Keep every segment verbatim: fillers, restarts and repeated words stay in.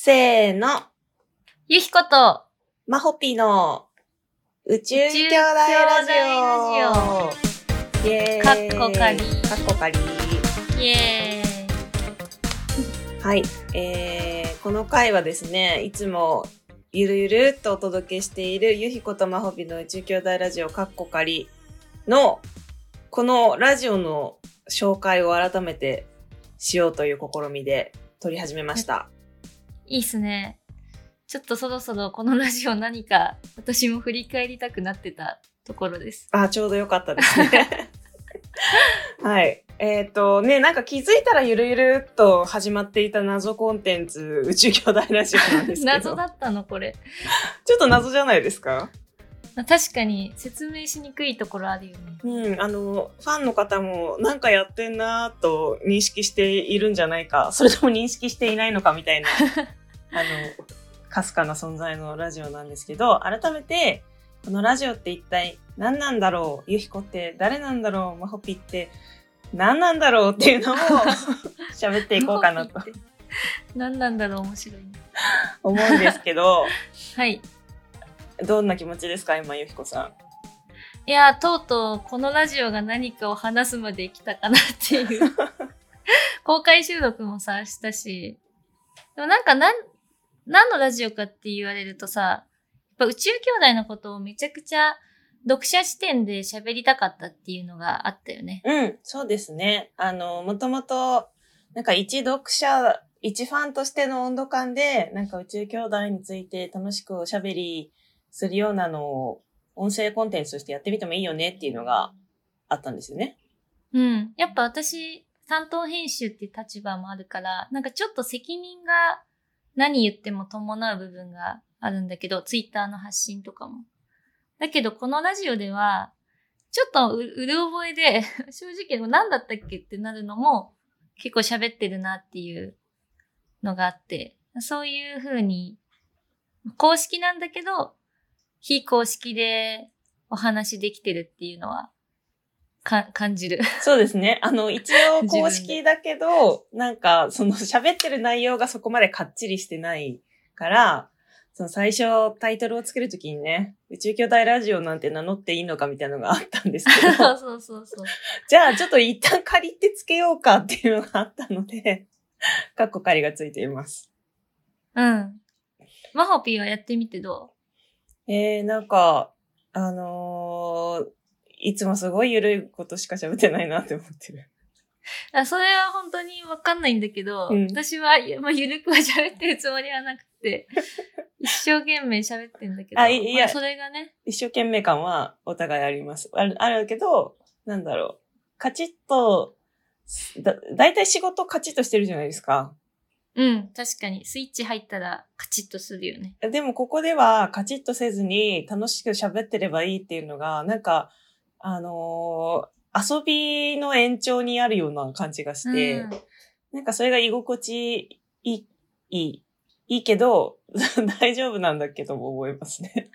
せーの。 ゆひこと、 まほぴの宇宙兄弟ラジオ。イェーイ。 かっこかり。 かっこかり。 イエーイ。 はい。えー、この回はですね、いつもゆるゆるっとお届けしているゆひことまほぴの宇宙兄弟ラジオかっこかりの、このラジオの紹介を改めてしようという試みで撮り始めました。 いいっすね。ちょっとそろそろこのラジオ何か私も振り返りたくなってたところです。 あ、ちょうどよかったですね。はい。えっとね、なんか気づいたらゆるゆるっと始まっていた謎コンテンツ、宇宙兄弟ラジオなんですけど。 謎だったのこれ。 ちょっと謎じゃないですか？ 確かに説明しにくいところあるよね。 うん、あの、ファンの方もなんかやってんなーと認識しているんじゃないか、それとも認識していないのかみたいな、あの、かすかな存在のラジオなんですけど、改めて、このラジオって一体何なんだろう、ゆひこって誰なんだろう、まほぴって何なんだろうっていうのを喋っていこうかなと。 何なんだろう、面白いね。 思うんですけど、 はい。 どんな気持ちですか、今、ゆひこさん。 いや、とうとうこのラジオが何かを話すまで来たかなっていう。公開収録もさ、したし。でもなんかなん、何のラジオかって言われるとさ、やっぱ宇宙兄弟のことをめちゃくちゃ読者視点で喋りたかったっていうのがあったよね。 うん、そうですね。あの、もともと、なんか一読者、一ファンとしての温度感で、なんか宇宙兄弟について楽しくおしゃべりするようなのを、音声コンテンツとしてやってみてもいいよねっていうのがあったんですよね。 うん。やっぱ私、担当編集っていう立場もあるから、なんかちょっと責任が何言っても伴う部分があるんだけど、ツイッターの発信とかも。だけどこのラジオでは、ちょっとう、うる覚えで、正直何だったっけってなるのも結構喋ってるなっていうのがあって、そういう風に、公式なんだけど、非公式でお話できてるっていうのは、か、感じる。 そうですね。あの、一応公式だけど、なんか、その喋ってる内容がそこまでかっちりしてないから、その最初タイトルをつけるときにね、宇宙兄弟ラジオなんて名乗っていいのかみたいなのがあったんですけど、 そうそうそう。 じゃあちょっと一旦借りてつけようかっていうのがあったので、カッコ仮がついています。 うん。マホピーはやってみてどえー、なんか、あのー、いつもすごい緩いことしか喋ってないなって思ってる。 う？それは本当にわかんないんだけど、うん、私は、まあ、ゆるくは喋ってるつもりはなくて、一生懸命喋ってんだけど、 あ、いや、 まあ、それがね。 一生懸命感はお互いあります。ある、あるけど、なんだろう。カチッと、だ、だいたい仕事カチッとしてるじゃないですか。 うん、確かに。スイッチ入ったらカチッとするよね。 でもここではカチッとせずに楽しく喋ってればいいっていうのが、なんか、あのー、遊びの延長にあるような感じがして、うん、なんかそれが居心地いい、いい、いいけど、大丈夫なんだけども思いますね。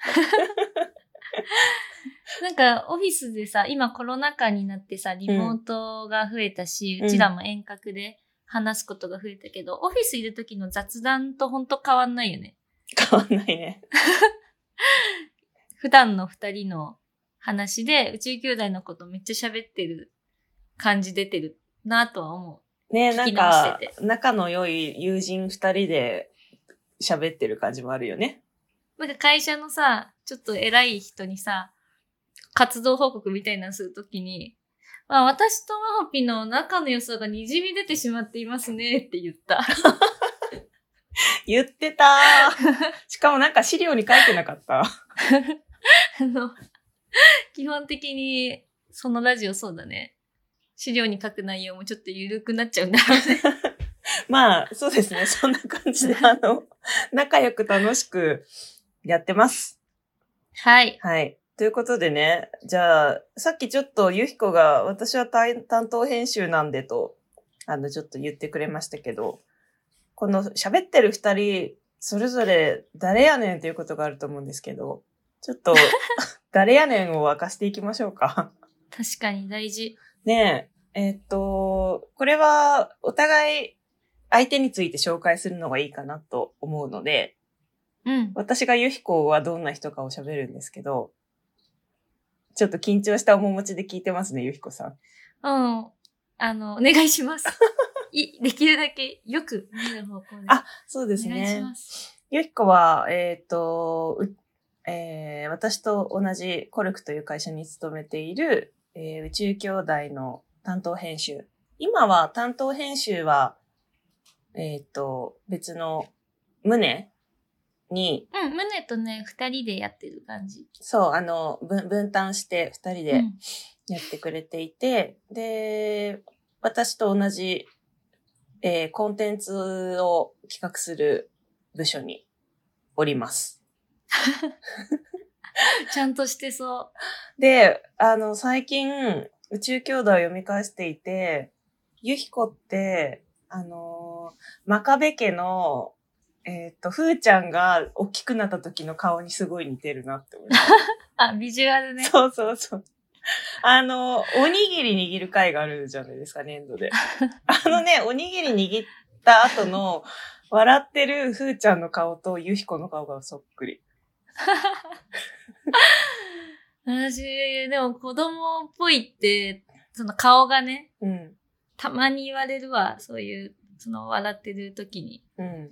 なんかオフィスでさ、今コロナ禍になってさ、リモートが増えたし、うん、うちらも遠隔で話すことが増えたけど、オフィスいる時の雑談とほんと変わんないよね。 変わんないね。 普段の二人の話で宇宙兄弟のことめっちゃ喋ってる感じ出てるなとは思う。 ねえ、なんか、仲の良い友人二人で喋ってる感じもあるよね。 なんか会社のさ、ちょっと偉い人にさ、活動報告みたいなのするときに、まあ、私とマホピの仲の良さが滲み出てしまっていますねって言った。 言ってたしかもなんか資料に書いてなかった。 あの、基本的にそのラジオそうだね。資料に書く内容もちょっと緩くなっちゃうんだろうね。 まあ、そうですね。そんな感じで、あの、仲良く楽しくやってます。 はい。 はい。ということでね、じゃあ、さっきちょっとゆひこが、私は担当編集なんでと、あの、ちょっと言ってくれましたけど、この喋ってる二人、それぞれ誰やねんということがあると思うんですけど、ちょっと、誰やねんを明かしていきましょうか。 確かに大事。 ねえ、えー、っと、これはお互い相手について紹介するのがいいかなと思うので、 うん。 私がゆひこはどんな人かを喋るんですけど、ちょっと緊張した面持ちで聞いてますね、ゆひこさん。 うん。あの、お願いします。い、できるだけよく見る方向で。 あ、そうですお願いしね。 ます。 ゆひこは、えっ、と、うえー私と同じコルクという会社に勤めている、えー宇宙兄弟の担当編集。今は担当編集は、えっ、と、別の胸に、 うん、胸とね、二人でやってる感じ。 そう、あの、分分担して二人でうん。 やってくれていて、で、私と同じ、えーコンテンツを企画する部署におります。 ちゃんとしてそで、あの、最近、宇宙兄弟を読み返していて、ゆひこって、あのー、真壁家の、えっ、と、ふーちゃんが大きくなった時の顔にすごい似てるなって思いましう。あ、ビジュアルね。 た。そうそうそう。あの、おにぎり握る回があるじゃないですか、粘土で。あのね、おにぎり握った後の、笑ってるふーちゃんの顔とゆひこの顔がそっくり。 私、でも子供っぽいって、その顔がね、 うん。 たまに言われるわ。そういう、その笑ってる時に。 うん。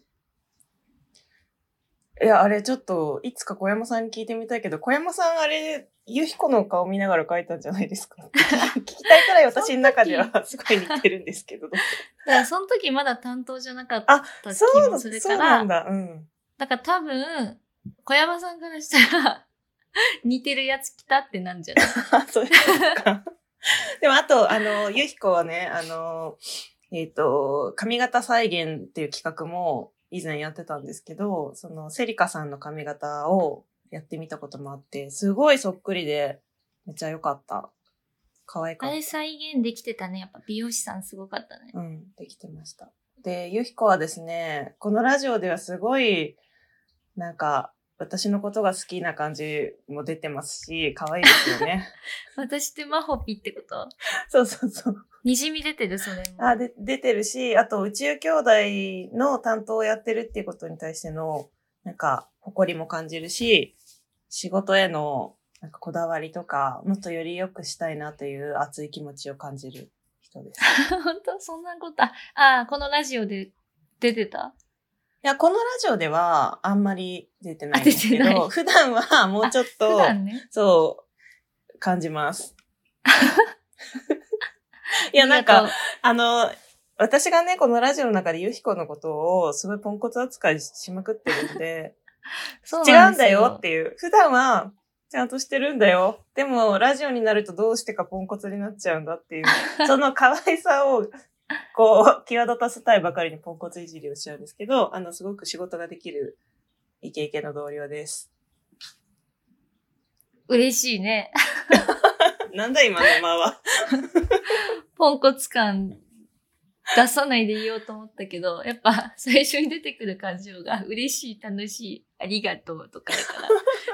いや、あれちょっと、いつか小山さんに聞いてみたいけど、小山さんあれ、ゆひこの顔見ながら描いたんじゃないですかって聞きたいくらい私の中ではすごい似てるんですけど。 だからその時まだ担当じゃなかったあ、 気そうだ、 もするそうから、 なんだ。うん。 だから多分、小山さんからしたら、似てるやつ来たってなんじゃない？ あ、そういうことか。でも、あと、あの、ゆひこはね、あの、えっ、と、髪型再現っていう企画も以前やってたんですけど、その、セリカさんの髪型をやってみたこともあって、すごいそっくりで、めっちゃ良かった。可愛かった。 あれ再現できてたね。やっぱ美容師さんすごかったね。 うん、できてました。で、ゆひこはですね、このラジオではすごい、なんか、私のことが好きな感じも出てますし、可愛いですよね。 私ってマホピってこと？ そうそうそう。 にじみ出てるそれも。 あ、で、出てるし、あと宇宙兄弟の担当をやってるっていうことに対しての、なんか、誇りも感じるし、仕事への、なんかこだわりとか、もっとより良くしたいなという熱い気持ちを感じる人です。 本当そんなこと、あ、あー、このラジオで出てた？ いや、このラジオではあんまり出てないんですけあ出てなど、普段はもうちょっ普と、 段ね。 そう、感じます。いや、なんか、 ありがとう、 あの、私がね、このラジオの中でゆひこのことをすごいポンコツ扱いしまくってるんで、 そう違うんだなんですよよっていう。普段はちゃんとしてるんだよ。でも、ラジオになるとどうしてかポンコツになっちゃうんだっていう。その可愛さを、こう、際立たせたいばかりにポンコツいじりをしちゃうんですけど、あの、すごく仕事ができるイケイケの同僚です。 嬉しいね。 なんだ今の間は。 ポンコツ感出さないでいようと思ったけど、やっぱ最初に出てくる感情が嬉しい、楽しい、ありがとうとかだから。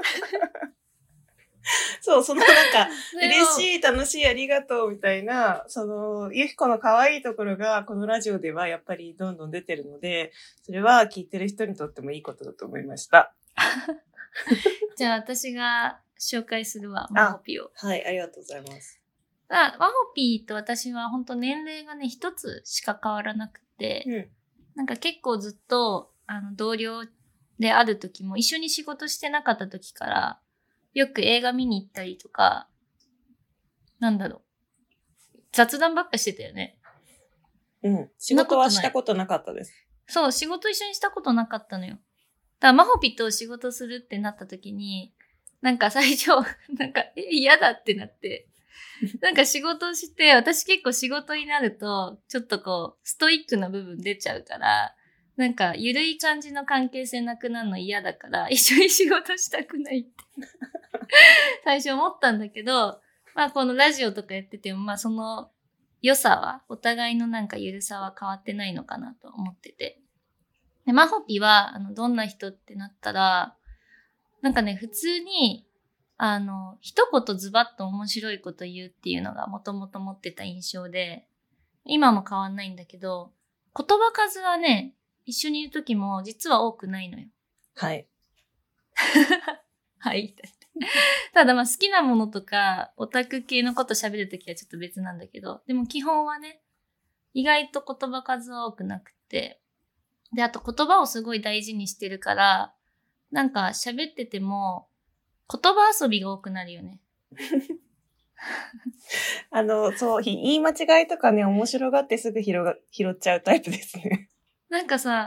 そう、そのなんか、嬉い。 しい、楽しい、ありがとうみたいな、その、ゆひこの可愛いところが、このラジオではやっぱりどんどん出てるので、それは聞いてる人にとってもいいことだと思いました。 じゃあ私が紹介するわ、マホピを。 はい、ありがとうございます。 あ、マホピと私は本当年齢がね、一つしか変わらなくて、 うん。 なんか結構ずっと、あの、同僚である時も、一緒に仕事してなかった時から、よく映画見に行ったりとか、なんだろう。雑談ばっかしてたよね。 うん。仕事はしたことなかったです。 そう、仕事一緒にしたことなかったのよ。だから、マホピと仕事するってなった時に、なんか最初、なんか、え、嫌だってなって、なんか仕事して、私結構仕事になると、ちょっとこう、ストイックな部分出ちゃうから、なんか、ゆるい感じの関係性なくなるの嫌だから、一緒に仕事したくないって、最初思ったんだけど、まあこのラジオとかやってても、まあその良さは、お互いのなんかゆるさは変わってないのかなと思ってて。で、マホピは、あの、どんな人ってなったら、なんかね、普通に、あの、一言ズバッと面白いこと言うっていうのがもともと持ってた印象で、今も変わんないんだけど、 言葉数はね、一緒にいるときも実は多くないのよ。 はい。 はい。ただまあ好きなものとか、オタク系のこと喋るときはちょっと別なんだけど、でも基本はね、意外と言葉数は多くなくて、で、あと言葉をすごい大事にしてるから、なんか喋ってても、言葉遊びが多くなるよね。 あの、そう、言い間違いとかね、面白がってすぐ拾が拾っちゃうタイプですね。 なんかさ、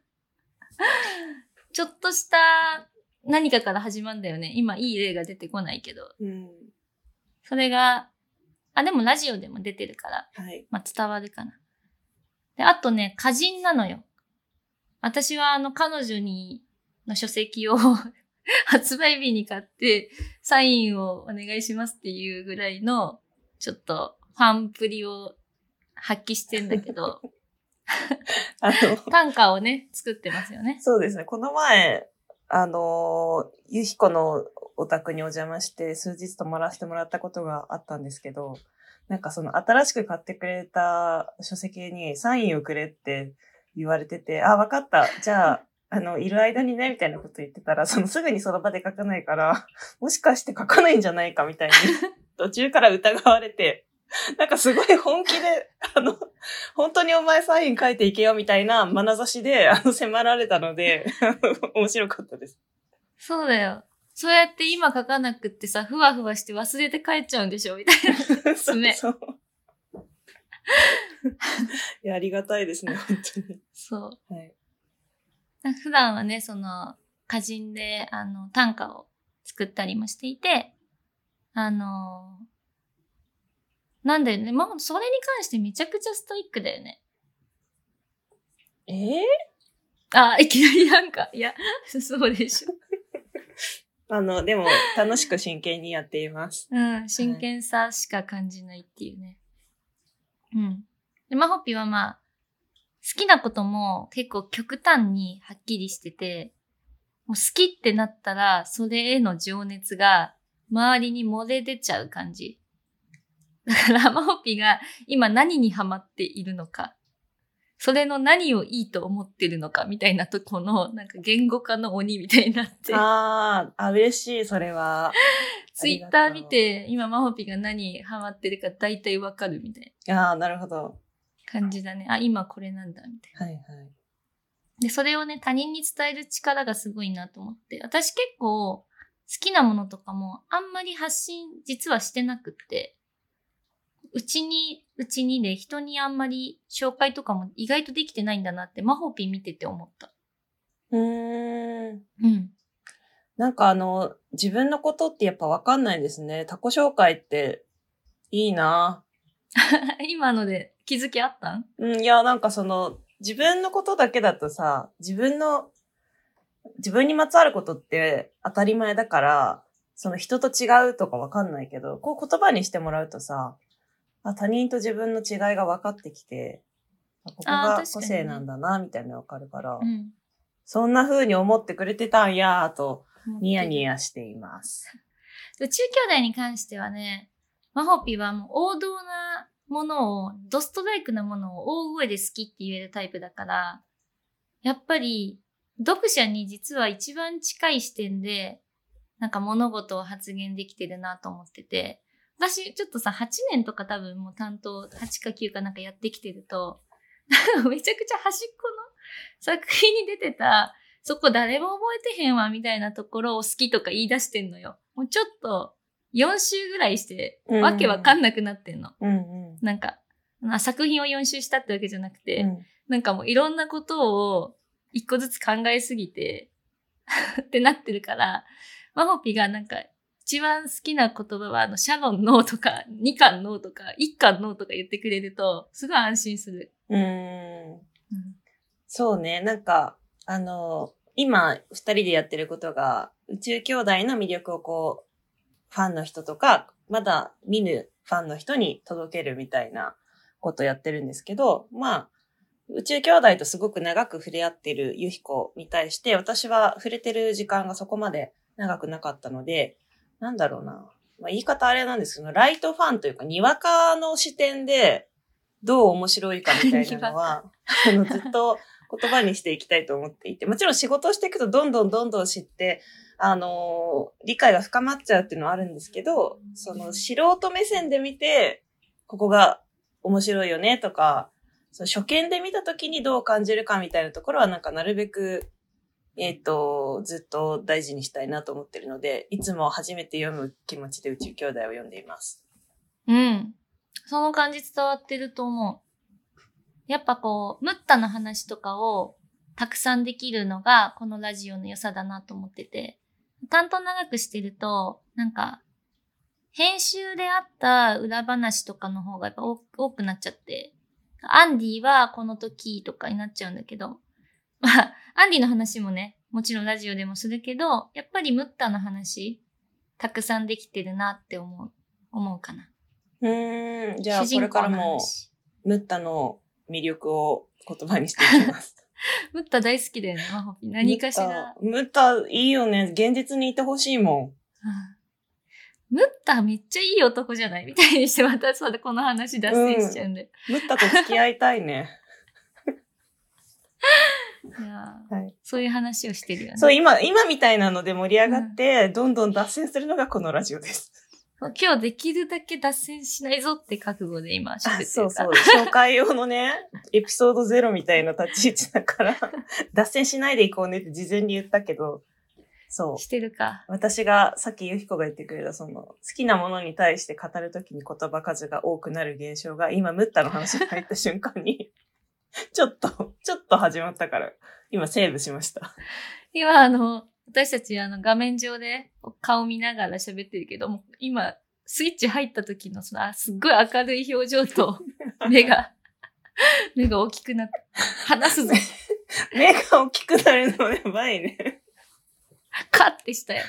ちょっとした何かから始まるんだよね。今いい例が出てこないけど。 うん。 それが、あ、でもラジオでも出てるから、 はい。 まあ伝わるかな。で、あとね、歌人なのよ。私はあの彼女に、の書籍を発売日に買ってサインをお願いしますっていうぐらいのちょっとファンプリを発揮してんだけどあの短歌をね作ってますよね。 そうですね。この前あのゆひこのお宅にお邪魔して数日泊まらせてもらったことがあったんですけど、なんかその新しく買ってくれた書籍にサインをくれって言われてて、あ、わかった。じゃあ、あの、いる間にね、みたいなこと言ってたら、そのすぐにその場で書かないから、もしかして書かないんじゃないかみたいに、途中から疑われて、なんかすごい本気で、あの、本当にお前サイン書いていけよみたいな眼差しで、あの、迫られたので、面白かったです。 そうだよ。そうやって今書かなくってさ、ふわふわして忘れて帰っちゃうんでしょみたいな。爪。そうそう。 いや、ありがたいですね、本当に。 そう。 はい。 普段はね、その、歌人で、あの、短歌を作ったりもしていて、あの、なんだよね、まあ、それに関してめちゃくちゃストイックだよね。 えー、 あ、いきなりなんか、いや、そうでしょ。 あの、でも、楽しく真剣にやっています。 うん、真剣さしか感じないっていうね。はい、うん。で、まほぴはまあ、好きなことも結構極端にはっきりしてて、もう好きってなったら、それへの情熱が周りに漏れ出ちゃう感じ。だから、まほぴが今何にハマっているのか、それの何をいいと思ってるのかみたいなとこの、なんか言語化の鬼みたいになって。 ああ、嬉しい、それは。 ツイッター見て、今まほぴが何ハマってるか大体わかるみたいな。ああ、なるほど。 感じだね。あ、今これなんだ、みたいな。 はいはい。 で、それをね、他人に伝える力がすごいなと思って。私結構好きなものとかもあんまり発信実はしてなくって、うちに、うちにで人にあんまり紹介とかも意外とできてないんだなってマホピー見てて思った。 うーん。 うん。 なんかあの、自分のことってやっぱわかんないですね。他己紹介っていいな。 今ので気づきあったん？ うん、いや、なんかその、自分のことだけだとさ、自分の、自分にまつわることって当たり前だから、その人と違うとかわかんないけど、こう言葉にしてもらうとさ、あ、他人と自分の違いが分かってきて、ここが個性なんだな、みたいなのわかるから、うん、そんな風に思ってくれてたんやーと、ニヤニヤしています。 宇宙兄弟に関してはね、マホピはもう王道なものを、ドストライクなものを大声で好きって言えるタイプだから、やっぱり読者に実は一番近い視点で、なんか物事を発言できてるなと思ってて、私ちょっとさ、はちねんとか多分もう担当、はちかきゅうかなんかやってきてると、めちゃくちゃ端っこの作品に出てた、そこ誰も覚えてへんわみたいなところを好きとか言い出してんのよ。もうちょっとよん週ぐらいして、わけわかんなくなってんの。うんうん、なんか、作品をよん週したってわけじゃなくて、うん、なんかもういろんなことを一個ずつ考えすぎて、ってなってるから、マホピがなんか、一番好きな言葉は、あの、シャノンノーとか、にかんノーとか、いっかんノーとか言ってくれると、すごい安心する。 うーん。うん、そうね、なんか、あの、今、二人でやってることが、宇宙兄弟の魅力をこう、ファンの人とか、まだ見ぬファンの人に届けるみたいなことをやってるんですけど、まあ、宇宙兄弟とすごく長く触れ合ってるユヒコに対して、私は触れてる時間がそこまで長くなかったので、なんだろうな。まあ、言い方あれなんですけど、ライトファンというか、にわかの視点でどう面白いかみたいなのは、あのずっと言葉にしていきたいと思っていて、もちろん仕事をしていくとどんどんどんどん知って、あのー、理解が深まっちゃうっていうのはあるんですけど、その素人目線で見て、ここが面白いよねとか、その初見で見た時にどう感じるかみたいなところはなんかなるべく、えっと、ずっと大事にしたいなと思ってるので、いつも初めて読む気持ちで宇宙兄弟を読んでいます。 うん。その感じ伝わってると思う。やっぱこう、ムッタの話とかをたくさんできるのがこのラジオの良さだなと思ってて、担当長くしてると、なんか、編集であった裏話とかの方がやっぱ多くなっちゃって、アンディはこの時とかになっちゃうんだけど、まあ、アンディの話もね、もちろんラジオでもするけど、やっぱりムッタの話、たくさんできてるなって思う、思うかな。 うーん、じゃあこれからもムッタの魅力を言葉にしていきます。 ムッタ大好きだよね、マホピ。何かしら。 ムッタ、ムッタいいよね。現実にいてほしいもん。 ムッタめっちゃいい男じゃないみたいにしてまたそうでこの話脱線しちゃうんで。 うん、ムッタと付き合いたいね。 いや、はい、そういう話をしてるよね。 そう、今、今みたいなので盛り上がって、うん、どんどん脱線するのがこのラジオです。 今日できるだけ脱線しないぞって覚悟で今喋ってるから。 そうそう。紹介用のね、エピソードゼロみたいな立ち位置だから、脱線しないでいこうねって事前に言ったけど、そう。 してるか。 私が、さっきゆひこが言ってくれた、その、好きなものに対して語るときに言葉数が多くなる現象が、今、ムッタの話に入った瞬間に、ちょっと、ちょっと始まったから、今セーブしました。 今、あの、私たち、あの、画面上で顔見ながら喋ってるけども、今、スイッチ入った時の、その、あ、すっごい明るい表情と、目が、目が大きくなって、話すぞ。 目が大きくなるのやばいね。 カッてしたよ。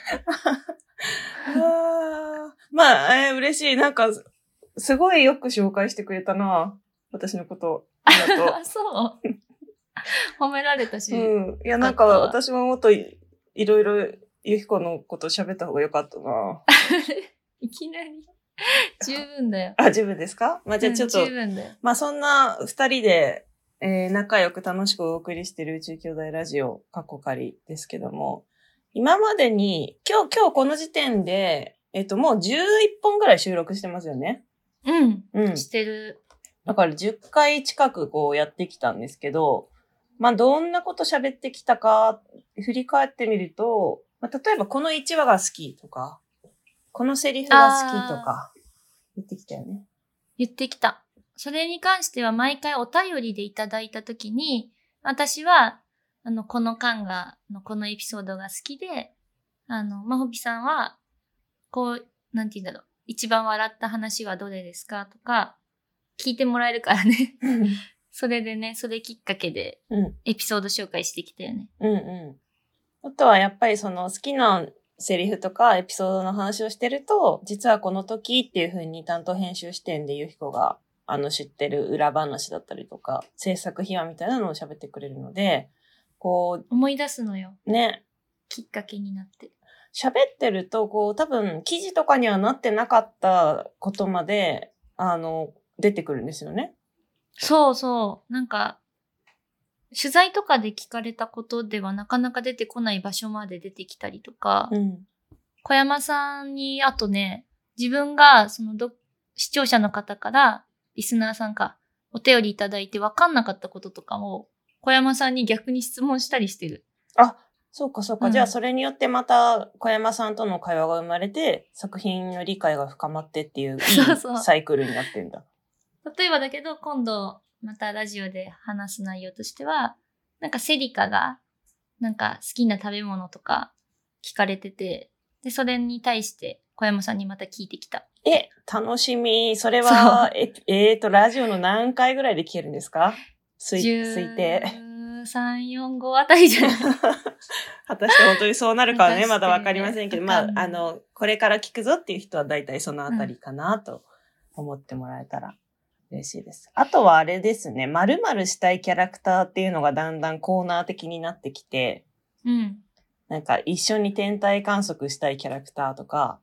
あまあ、えー、嬉しい。なんか、すごいよく紹介してくれたな。私のこと。ありがとう。 そう。褒められたし。 うん。いや、なんか、私ももっとい、いろいろ、ゆきこのこと喋った方がよかったな。 いきなり。十分だよ。 あ、十分ですか？まあ、じゃあちょっと、うん、 十分だよ。 まあ、そんな二人で、えー、仲良く楽しくお送りしている宇宙兄弟ラジオ、カッコカリですけども、今までに、今日、今日この時点で、えっと、もうじゅういっぽんぐらい収録してますよね。 うん。うん。してる。 だからじゅっかい近くこうやってきたんですけど、まあ、どんなこと喋ってきたか、振り返ってみると、まあ、例えばこのいちわが好きとか、このセリフが好きとか、言ってきたよね。 言ってきた。それに関しては毎回お便りでいただいたときに、私は、あの、この巻が、のこのエピソードが好きで、あの、まほぴさんは、こう、なんて言うんだろう、一番笑った話はどれですかとか、聞いてもらえるからね。それでね、それきっかけで、エピソード紹介してきたよね。 うんうん。あとはやっぱりその好きなセリフとかエピソードの話をしてると、実はこの時っていう風に担当編集視点でゆひこが、あの知ってる裏話だったりとか、制作秘話みたいなのを喋ってくれるので、こう。 思い出すのよ。 ね。 きっかけになって。 喋ってると、こう、多分、記事とかにはなってなかったことまで、あの、出てくるんですよね。 そうそう。なんか、取材とかで聞かれたことではなかなか出てこない場所まで出てきたりとか、うん、小山さんに、あとね、自分が、そのど、視聴者の方から、リスナーさんか、お便りいただいて分かんなかったこととかを、小山さんに逆に質問したりしてる。 あ、そうかそうか。うん、じゃあそれによってまた小山さんとの会話が生まれて、作品の理解が深まってっていう、いいサイクルになってんだ。 そうそう。例えばだけど、今度、またラジオで話す内容としては、なんかセリカが、なんか好きな食べ物とか聞かれてて、で、それに対して小山さんにまた聞いてきた。 え、楽しみ。それは、え、えーと、ラジオの何回ぐらいで聞けるんですか？推、推定。 じゅうさん、よん、ごあたりじゃない果たして本当にそうなるかはね、まだわかりませんけど、まあ、あの、これから聞くぞっていう人は大体そのあたりかなと思ってもらえたら嬉しいです。うん、あとはあれですね、〇〇したいキャラクターっていうのがだんだんコーナー的になってきて、 うん。 なんか一緒に天体観測したいキャラクターとか、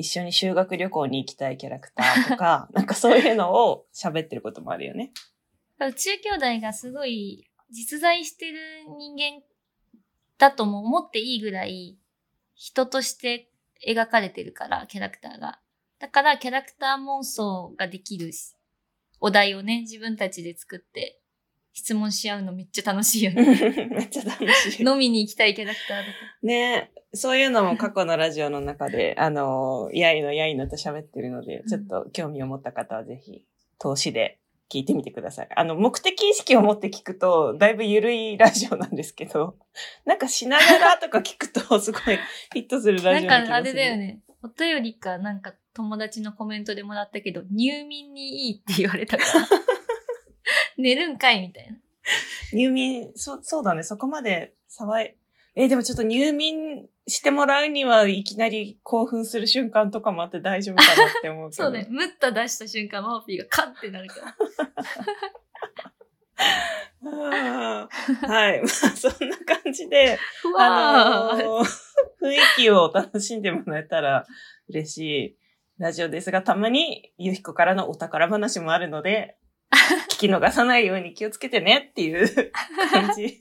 一緒に修学旅行に行きたいキャラクターとか、なんかそういうのを喋ってることもあるよね。 宇宙兄弟がすごい実在してる人間だとも思っていいぐらい人として描かれてるから、キャラクターが。だからキャラクター妄想ができるお題をね、自分たちで作って質問し合うのめっちゃ楽しいよね。 めっちゃ楽しい。 飲みに行きたいキャラクターだと。 ねえ、そういうのも過去のラジオの中で、あの、やいのやいのと喋ってるので、ちょっと興味を持った方はぜひ、投資で聞いてみてください。あの、目的意識を持って聞くと、だいぶ緩いラジオなんですけど、なんかしながらとか聞くと、すごいヒットするラジオな気がする。 なんかあれだよね。お便りかなんか友達のコメントでもらったけど、入眠にいいって言われたから。寝るんかいみたいな。 入眠、そ、そうだね。そこまで騒い、えー、でもちょっと入眠してもらうにはいきなり興奮する瞬間とかもあって大丈夫かなって思うけど。 そうね。ムッタ出した瞬間、マーフィーがカンってなるから。 はい。まあ、そんな感じで、 あのー、雰囲気を楽しんでもらえたら嬉しいラジオですが、たまにゆひこからのお宝話もあるので、聞き逃さないように気をつけてねっていう感じです。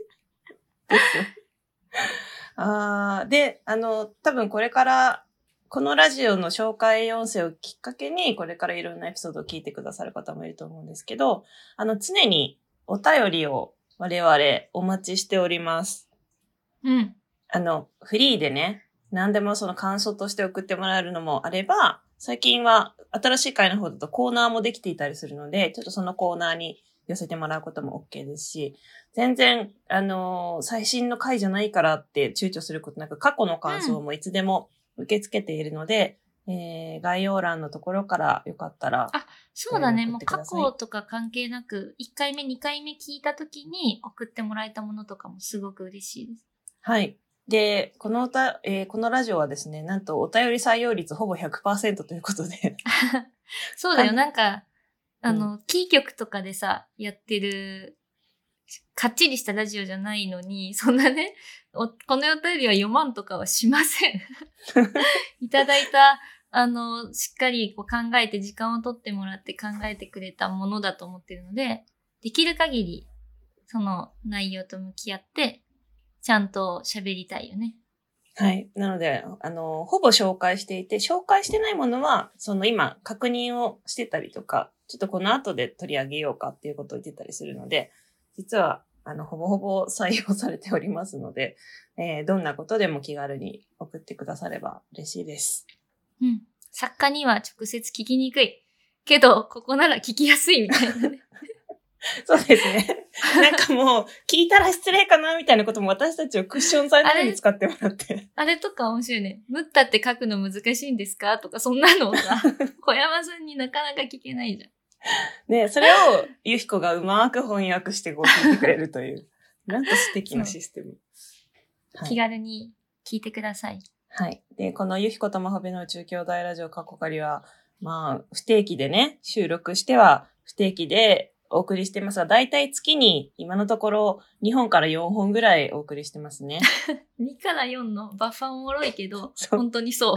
あで、あの、多分これから、このラジオの紹介音声をきっかけに、これからいろんなエピソードを聞いてくださる方もいると思うんですけど、あの、常にお便りを我々お待ちしております。 うん。 あの、フリーでね、何でもその感想として送ってもらえるのもあれば、最近は新しい回の方だとコーナーもできていたりするので、ちょっとそのコーナーに寄せてもらうことも OK ですし、全然、あのー、最新の回じゃないからって躊躇することなく、過去の感想もいつでも受け付けているので、うん、えー、概要欄のところからよかったら。 あ、そうだね。もう過去とか関係なく、いっかいめ、にかいめ聞いたときに送ってもらえたものとかもすごく嬉しいです。 はい。で、この歌、えー、このラジオはですね、なんとお便り採用率ほぼ ひゃくパーセント ということで。 そうだよ。なんか、あの、うん、キー局とかでさ、やってる、かっちりしたラジオじゃないのに、そんなね、おこのお便りは読まんとかはしません。いただいた、あの、しっかりこう考えて時間を取ってもらって考えてくれたものだと思ってるので、できる限り、その内容と向き合って、ちゃんと喋りたいよね。 はい。なので、あの、ほぼ紹介していて、紹介してないものは、その今、確認をしてたりとか、ちょっとこの後で取り上げようかっていうことを言ってたりするので、実は、あの、ほぼほぼ採用されておりますので、えー、どんなことでも気軽に送ってくだされば嬉しいです。 うん。作家には直接聞きにくい。けど、ここなら聞きやすいみたいなね。 そうですね。なんかもう、聞いたら失礼かなみたいなことも私たちをクッション材料に使ってもらって。 あれ、あれとか面白いね。ムッタって書くの難しいんですかとか、そんなのをさ、小山さんになかなか聞けないじゃん。 ね、それをゆひこがうまく翻訳してご聞いてくれるという、なんと素敵なシステム。 はい、気軽に聞いてください。 はい。で、このゆひことまほべの宇宙兄弟ラジオカッコカリは、まあ、不定期でね、収録しては不定期でお送りしてますが、だいたい月に今のところにほんからよんほんぐらいお送りしてますね。 にからよんのバッファーおもろいけど、本当にそう。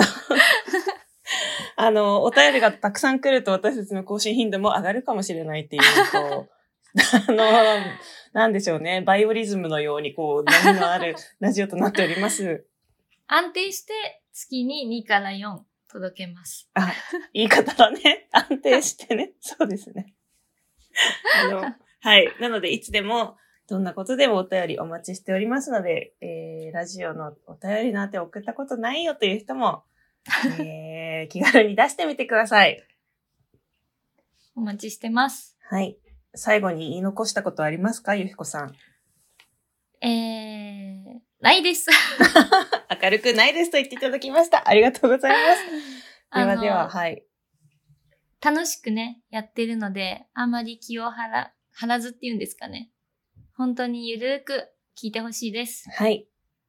あの、お便りがたくさん来ると私たちの更新頻度も上がるかもしれないっていう、こう、あの、なんでしょうね。バイオリズムのように、こう、波のあるラジオとなっております。 安定して月ににからよん届けます。 あ、言い方だね。安定してね。そうですね。あの、はい。なので、いつでも、どんなことでもお便りお待ちしておりますので、えー、ラジオのお便りなんて送ったことないよという人も、えー、気軽に出してみてください。 お待ちしてます。 はい。最後に言い残したことありますか、ゆひこさん。 えー、ないです。 明るくないですと言っていただきました。ありがとうございます。ではでは、はい。 楽しくね、やってるので、あまり気を張ら、張らずっていうんですかね。本当にゆるーく聞いてほしいです。 はい。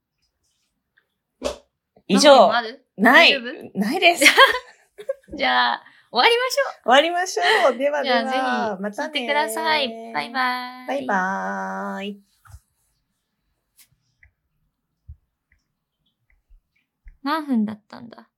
以上。 ある？ ない。ないです。 じゃあ、終わりましょう。 終わりましょう。ではでは。 じゃあぜひ、またね。聞いてください。バイバーイ。 バイバーイ。 何分だったんだ